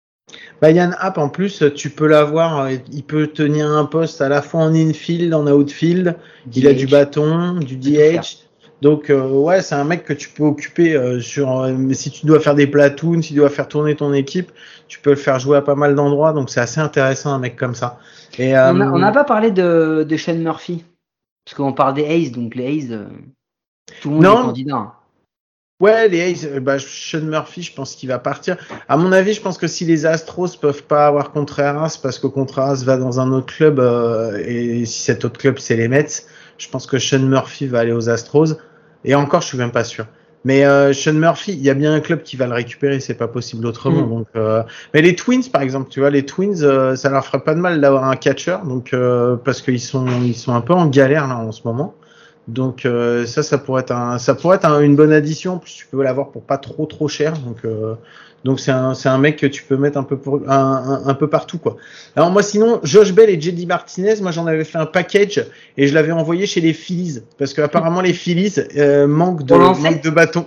Ian Happ, en plus, tu peux l'avoir, il peut tenir un poste à la fois en infield, en outfield, il a du bâton, du DH. Donc, ouais, c'est un mec que tu peux occuper si tu dois faire des platoons, si tu dois faire tourner ton équipe, tu peux le faire jouer à pas mal d'endroits. Donc, c'est assez intéressant, un mec comme ça. Et, on n'a pas parlé de Sean Murphy, parce qu'on parle des A's, donc les A's, tout le monde est candidat. Ouais, les A's, Sean Murphy, je pense qu'il va partir. À mon avis, je pense que si les Astros peuvent pas avoir Contreras, parce que Contreras va dans un autre club, et si cet autre club, c'est les Mets, je pense que Sean Murphy va aller aux Astros. Et encore, je suis même pas sûr. Mais Sean Murphy, il y a bien un club qui va le récupérer, c'est pas possible autrement. Donc, mais les Twins, par exemple, tu vois, les Twins, ça leur ferait pas de mal d'avoir un catcher, donc parce qu'ils sont un peu en galère là en ce moment. Donc ça pourrait être une bonne addition. En plus, tu peux l'avoir pour pas trop cher. Donc c'est un mec que tu peux mettre un peu partout quoi. Alors moi sinon Josh Bell et JD Martinez, moi j'en avais fait un package et je l'avais envoyé chez les Phillies parce que apparemment les Phillies manquent de bâton.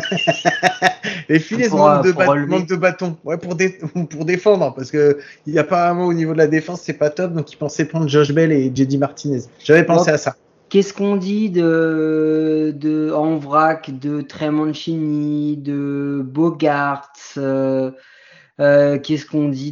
Les Phillies manquent de bâton. Ouais, pour défendre parce que il y a apparemment au niveau de la défense c'est pas top, donc ils pensaient prendre Josh Bell et JD Martinez. J'avais pensé à ça. Qu'est-ce qu'on dit de en vrac, de Trey Mancini, de Bogaerts, qu'est-ce qu'on dit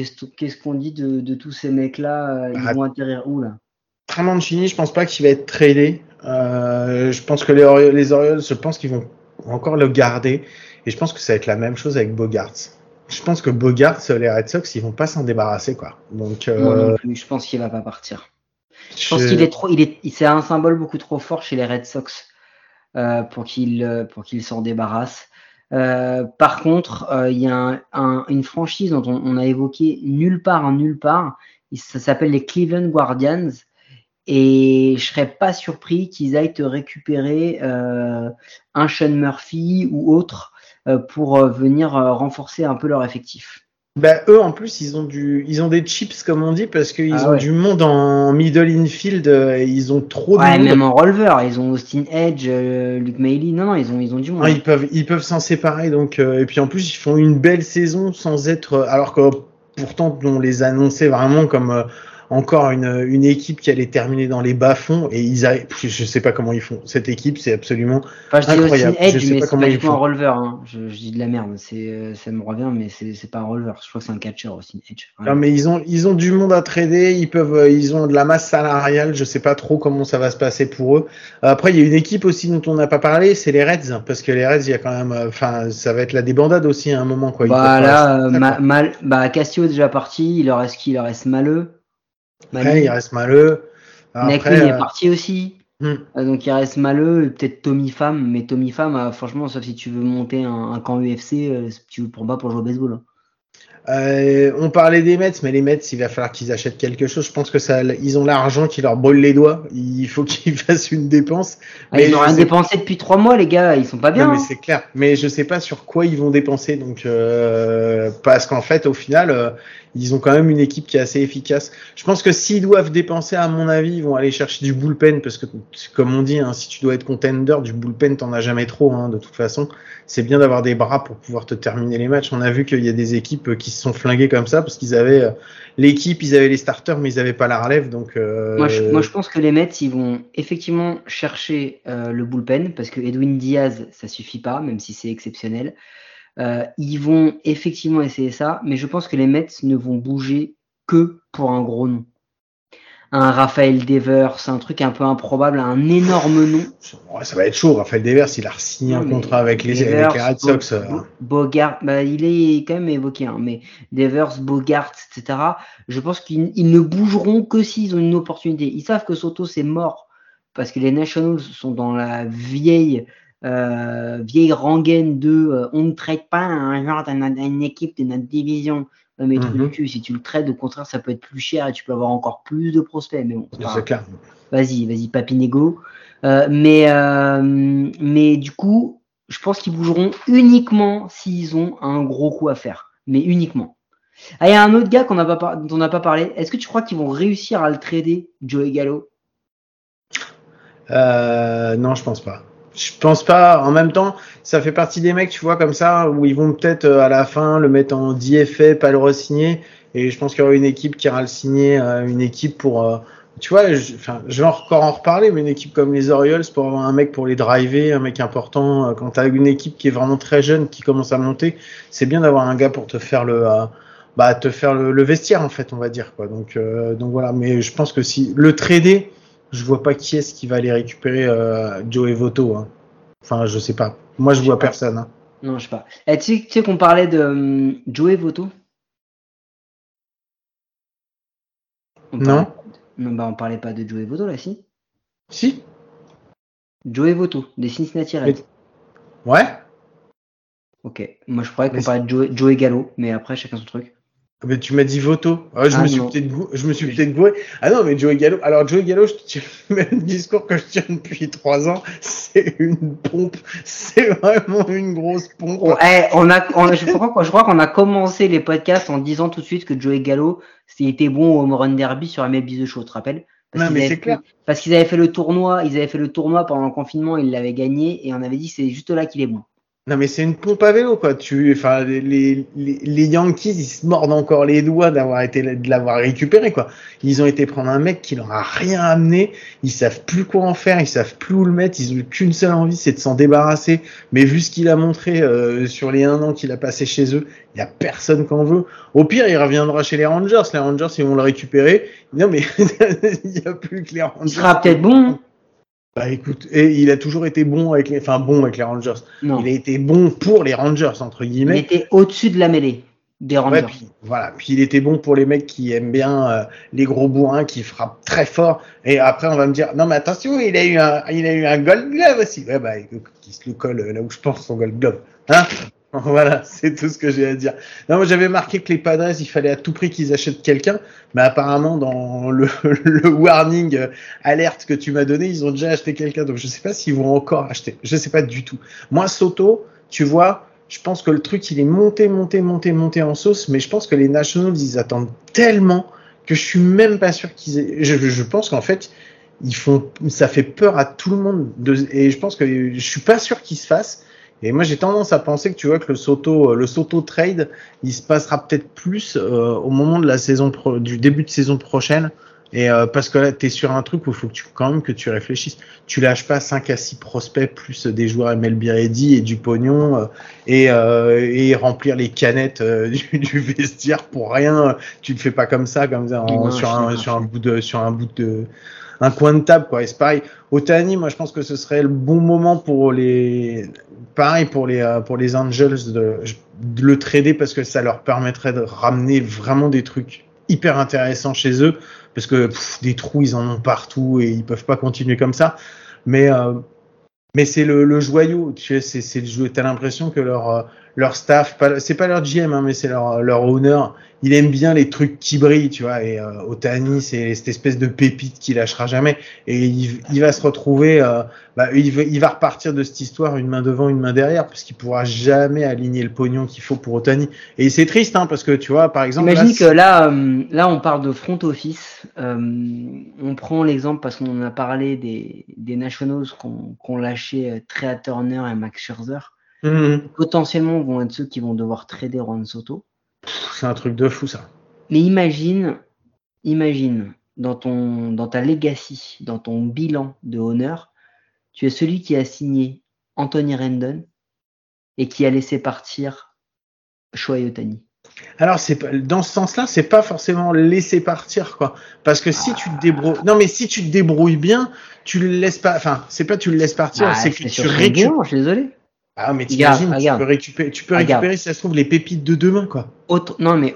de tous ces mecs-là, ils vont atterrir où là? Trey Mancini, je pense pas qu'il va être tradé. Je pense que les Orioles, je pense qu'ils vont encore le garder et je pense que ça va être la même chose avec Bogaerts. Je pense que Bogaerts, les Red Sox, ils vont pas s'en débarrasser quoi. Donc moi non plus, je pense qu'il va pas partir. Je pense qu'il c'est un symbole beaucoup trop fort chez les Red Sox pour qu'il s'en débarrasse. Par contre, il y a une franchise dont on a évoqué nulle part. Ça s'appelle les Cleveland Guardians. Et je serais pas surpris qu'ils aillent te récupérer un Sean Murphy ou autre. pour venir renforcer un peu leur effectif. Bah, eux, en plus, ils ont des chips, comme on dit, parce qu'ils ont du monde en middle infield, ils ont trop de monde. Même en releveur, ils ont Austin Edge, Luke Mailey, non, ils ont du monde. Ils peuvent s'en séparer, donc, et puis en plus, ils font une belle saison sans être, alors que pourtant, on les annonçait vraiment comme encore une équipe qui allait terminer dans les bas-fonds, et je sais pas comment ils font. Cette équipe, c'est absolument incroyable. Je dis Edge, mais c'est pas du tout un releveur, hein. Je dis de la merde, ça me revient, mais c'est pas un releveur. Je crois que c'est un catcher aussi, Edge. Non, mais ils ont du monde à trader, ils ont de la masse salariale, je sais pas trop comment ça va se passer pour eux. Après, il y a une équipe aussi dont on n'a pas parlé, c'est les Reds, parce que les Reds, il y a quand même, ça va être la débandade aussi à un moment, quoi. Castillo est déjà parti, il leur reste qui? Il leur reste Maleux. Ouais, il reste Maleux. Necklin est parti aussi. Donc il reste Maleux et peut-être Tommy Pham. Mais Tommy Pham, franchement, sauf si tu veux monter un camp UFC, tu ne le prends pas pour jouer au baseball. On parlait des Mets, mais les Mets, il va falloir qu'ils achètent quelque chose. Je pense que ils ont l'argent qui leur brûle les doigts. Il faut qu'ils fassent une dépense. Mais ils n'ont rien dépensé depuis 3 mois, les gars. Ils sont pas bien. Non, mais c'est clair. Mais je sais pas sur quoi ils vont dépenser. Donc, parce qu'en fait, au final, ils ont quand même une équipe qui est assez efficace. Je pense que s'ils doivent dépenser, à mon avis, ils vont aller chercher du bullpen parce que, comme on dit, hein, si tu dois être contender, du bullpen, t'en as jamais trop. Hein, de toute façon, c'est bien d'avoir des bras pour pouvoir te terminer les matchs. On a vu qu'il y a des équipes qui se sont flinguées comme ça parce qu'ils avaient l'équipe, ils avaient les starters, mais ils avaient pas la relève. Donc, moi, je pense que les Mets, ils vont effectivement chercher le bullpen parce que Edwin Diaz, ça suffit pas, même si c'est exceptionnel. Ils vont effectivement essayer ça, mais je pense que les Mets ne vont bouger que pour un gros nom. Un Rafael Devers, un truc un peu improbable, un énorme nom. Ouais, ça va être chaud. Rafael Devers, il a signé un contrat avec les Red Sox. Bogart, il est quand même évoqué, hein, mais Devers, Bogart, etc. Je pense qu'ils ne bougeront que s'ils ont une opportunité. Ils savent que Soto, c'est mort parce que les Nationals sont dans la vieille rengaine de on ne traite pas un genre d'une équipe de notre division. Mais truc du cul, si tu le traites, au contraire, ça peut être plus cher et tu peux avoir encore plus de prospects. Mais bon, c'est clair. Vas-y, Papinego. Mais du coup, je pense qu'ils bougeront uniquement s'ils ont un gros coup à faire. Mais uniquement. Il y a un autre gars dont on n'a pas parlé. Est-ce que tu crois qu'ils vont réussir à le trader, Joey Gallo? Non, je pense pas. Je pense pas. En même temps, ça fait partie des mecs, tu vois, comme ça, où ils vont peut-être à la fin le mettre en DFA, pas le re-signer. Et je pense qu'il y aura une équipe qui ira le signer, une équipe pour, tu vois, je vais encore en reparler, mais une équipe comme les Orioles pour avoir un mec pour les driver, un mec important. Quand t'as une équipe qui est vraiment très jeune, qui commence à monter, c'est bien d'avoir un gars pour te faire le vestiaire en fait, on va dire quoi. Donc voilà. Mais je pense que si le trader, je vois pas qui est-ce qui va aller récupérer Joey Votto. Hein. Enfin, je sais pas. Moi, je vois personne. Hein. Non, je sais pas. Tu sais qu'on parlait de Joey Votto? Non, on parlait pas de Joey Votto là, si? Si. Joey Votto, des Cincinnati Reds. Ouais. Ok. Moi, je croyais qu'on parlait de Joey Gallo, mais après, chacun son truc. Mais tu m'as dit Votto. Je me suis peut-être gouré. Ah non, mais Joey Gallo. Alors, Joey Gallo, je te tiens le même discours que je tiens depuis 3 ans. C'est une pompe. C'est vraiment une grosse pompe. Je crois qu'on a commencé les podcasts en disant tout de suite que Joey Gallo, était bon au Home Run Derby sur MLB The Show, tu te rappelles? C'est clair. Parce qu'ils avaient fait le tournoi, pendant le confinement, ils l'avaient gagné, et on avait dit que c'est juste là qu'il est bon. Non, mais c'est une pompe à vélo, quoi. Les Yankees, ils se mordent encore les doigts de l'avoir récupéré, quoi. Ils ont été prendre un mec qui leur a rien amené. Ils savent plus quoi en faire. Ils savent plus où le mettre. Ils ont qu'une seule envie, c'est de s'en débarrasser. Mais vu ce qu'il a montré, sur les 1 an qu'il a passé chez eux, il y a personne qu'en veut. Au pire, il reviendra chez les Rangers. Les Rangers, ils vont le récupérer. Non, mais il y a plus que les Rangers. Il sera peut-être bon. Bah écoute, et il a toujours été bon avec les Rangers. Non. Il a été bon pour les Rangers entre guillemets. Il était au-dessus de la mêlée des Rangers. Ouais, puis il était bon pour les mecs qui aiment bien les gros bourrins qui frappent très fort. Et après on va me dire non mais attention, il a eu un Gold Glove aussi. Ouais bah écoute, qui se le colle là où je pense son Gold Glove. Hein? Voilà, c'est tout ce que j'ai à dire. Non, moi j'avais marqué que les Padres, il fallait à tout prix qu'ils achètent quelqu'un, mais apparemment dans le warning alerte que tu m'as donné, ils ont déjà acheté quelqu'un, donc je sais pas s'ils vont encore acheter. Je sais pas du tout. Moi Soto, tu vois, je pense que le truc, il est monté en sauce, mais je pense que les Nationals, ils attendent tellement que je suis même pas sûr qu'ils aient... Je pense qu'en fait, ça fait peur à tout le monde, et je pense que je suis pas sûr qu'ils se fassent. Et moi, j'ai tendance à penser que tu vois que le Soto trade, il se passera peut-être plus au moment de la du début de saison prochaine. Et parce que là, t'es sur un truc où il faut que tu réfléchisses. Tu lâches pas 5 à 6 prospects plus des joueurs MLB ready et du pognon et remplir les canettes du vestiaire pour rien. Tu le fais pas comme ça sur un bout de un coin de table, quoi. Et c'est pareil. Ohtani, moi, je pense que ce serait le bon moment pour les Angels de le trader parce que ça leur permettrait de ramener vraiment des trucs hyper intéressants chez eux parce que des trous, ils en ont partout et ils peuvent pas continuer comme ça. Mais c'est le joyau. Tu sais, c'est le joyau. T'as l'impression que leur staff, c'est pas leur GM, hein, mais c'est leur owner. Il aime bien les trucs qui brillent, tu vois. Et Ohtani, c'est cette espèce de pépite qui lâchera jamais. Et il va se retrouver, il va repartir de cette histoire une main devant, une main derrière, parce qu'il pourra jamais aligner le pognon qu'il faut pour Ohtani. Et c'est triste, hein, parce que tu vois, par exemple. Imagine que là, on parle de front office. On prend l'exemple parce qu'on en a parlé des Nationals qu'on lâché Trea Turner et Max Scherzer. Potentiellement vont être ceux qui vont devoir trader Juan Soto. C'est un truc de fou, ça. Mais imagine dans ta legacy, dans ton bilan de honneur, tu es celui qui a signé Anthony Rendon et qui a laissé partir Shohei Ohtani. Alors dans ce sens-là, c'est pas forcément laisser partir, quoi. Parce que si tu te débrouilles bien, tu le laisses pas. Enfin, c'est pas tu le laisses partir, c'est que tu récupères. Je suis désolé. Ah, mais t'imagines, tu peux récupérer, si ça se trouve, les pépites de demain, quoi. Autre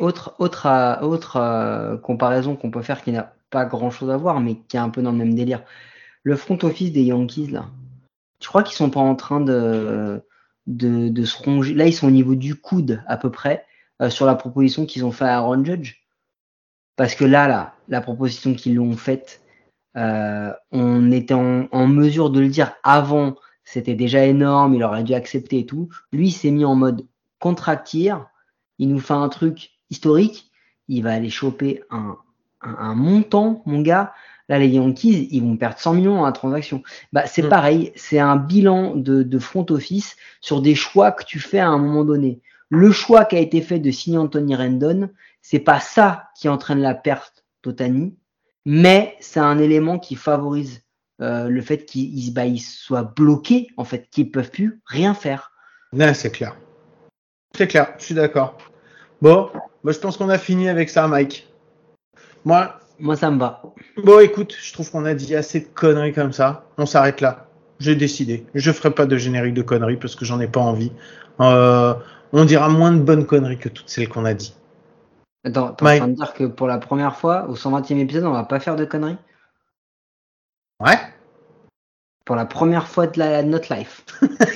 comparaison qu'on peut faire qui n'a pas grand chose à voir, mais qui est un peu dans le même délire. Le front office des Yankees, là, je crois qu'ils sont pas en train de se ronger. Là, ils sont au niveau du coude, à peu près, sur la proposition qu'ils ont faite à Aaron Judge. Parce que là, la proposition qu'ils lui ont faite, on était en mesure de le dire avant. C'était déjà énorme, il aurait dû accepter et tout. Lui, il s'est mis en mode contract year. Il nous fait un truc historique. Il va aller choper un montant, mon gars. Là, les Yankees, ils vont perdre 100 millions à la transaction. C'est pareil. C'est un bilan de front office sur des choix que tu fais à un moment donné. Le choix qui a été fait de signer Anthony Rendon, c'est pas ça qui entraîne la perte d'Ohtani, mais c'est un élément qui favorise le fait qu'ils soient bloqués, en fait, qu'ils ne peuvent plus rien faire. Non, c'est clair. C'est clair, je suis d'accord. Bon, je pense qu'on a fini avec ça, Mike. Moi, ça me va. Bon, écoute, je trouve qu'on a dit assez de conneries comme ça. On s'arrête là. J'ai décidé. Je ferai pas de générique de conneries parce que j'en ai pas envie. On dira moins de bonnes conneries que toutes celles qu'on a dit. Attends, t'es en train de dire que pour la première fois, au 120e épisode, on va pas faire de conneries ? Ouais. Pour la première fois de notre life.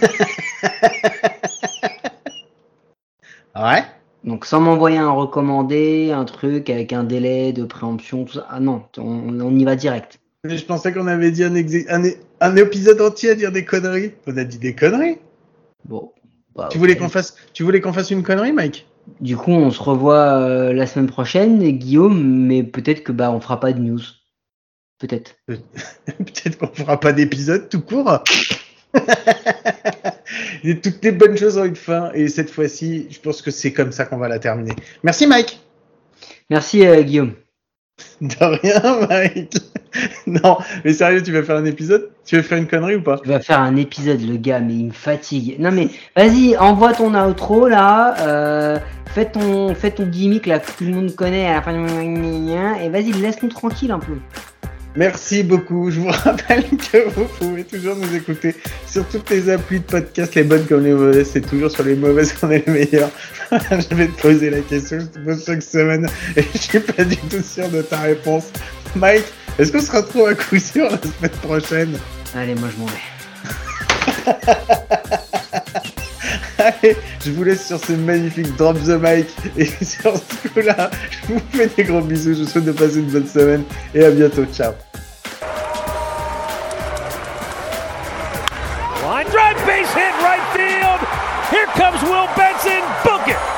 Ouais. Donc sans m'envoyer un recommandé, un truc avec un délai de préemption, tout ça. Ah non, on y va direct. Mais je pensais qu'on avait dit un épisode entier à dire des conneries. On a dit des conneries. Bon. Tu voulais qu'on fasse une connerie, Mike ? Du coup, on se revoit la semaine prochaine, Guillaume, mais peut-être que on fera pas de news. Peut-être. Peut-être qu'on fera pas d'épisode tout court. Toutes les bonnes choses ont une fin et cette fois-ci, je pense que c'est comme ça qu'on va la terminer. Merci, Mike. Merci, Guillaume. De rien, Mike. Non, mais sérieux, tu vas faire un épisode ? Tu veux faire une connerie ou pas ? Tu vas faire un épisode, le gars, mais il me fatigue. Non, mais vas-y, envoie ton outro là. Fais ton gimmick là que tout le monde connaît à la fin de... Et vas-y, laisse-nous tranquille un peu. Merci beaucoup. Je vous rappelle que vous pouvez toujours nous écouter sur toutes les applis de podcast, les bonnes comme les mauvaises. C'est toujours sur les mauvaises qu'on est les meilleurs. Je vais te poser la question, je te pose chaque semaine et je suis pas du tout sûr de ta réponse. Mike, est-ce qu'on se retrouve à coup sûr la semaine prochaine ? Allez, moi je m'en vais. Allez, je vous laisse sur ce magnifique Drop the Mic et sur ce coup-là, je vous fais des gros bisous, je vous souhaite de passer une bonne semaine et à bientôt, ciao. Line drive, base hit, right field. Here comes Will Benson. Book it.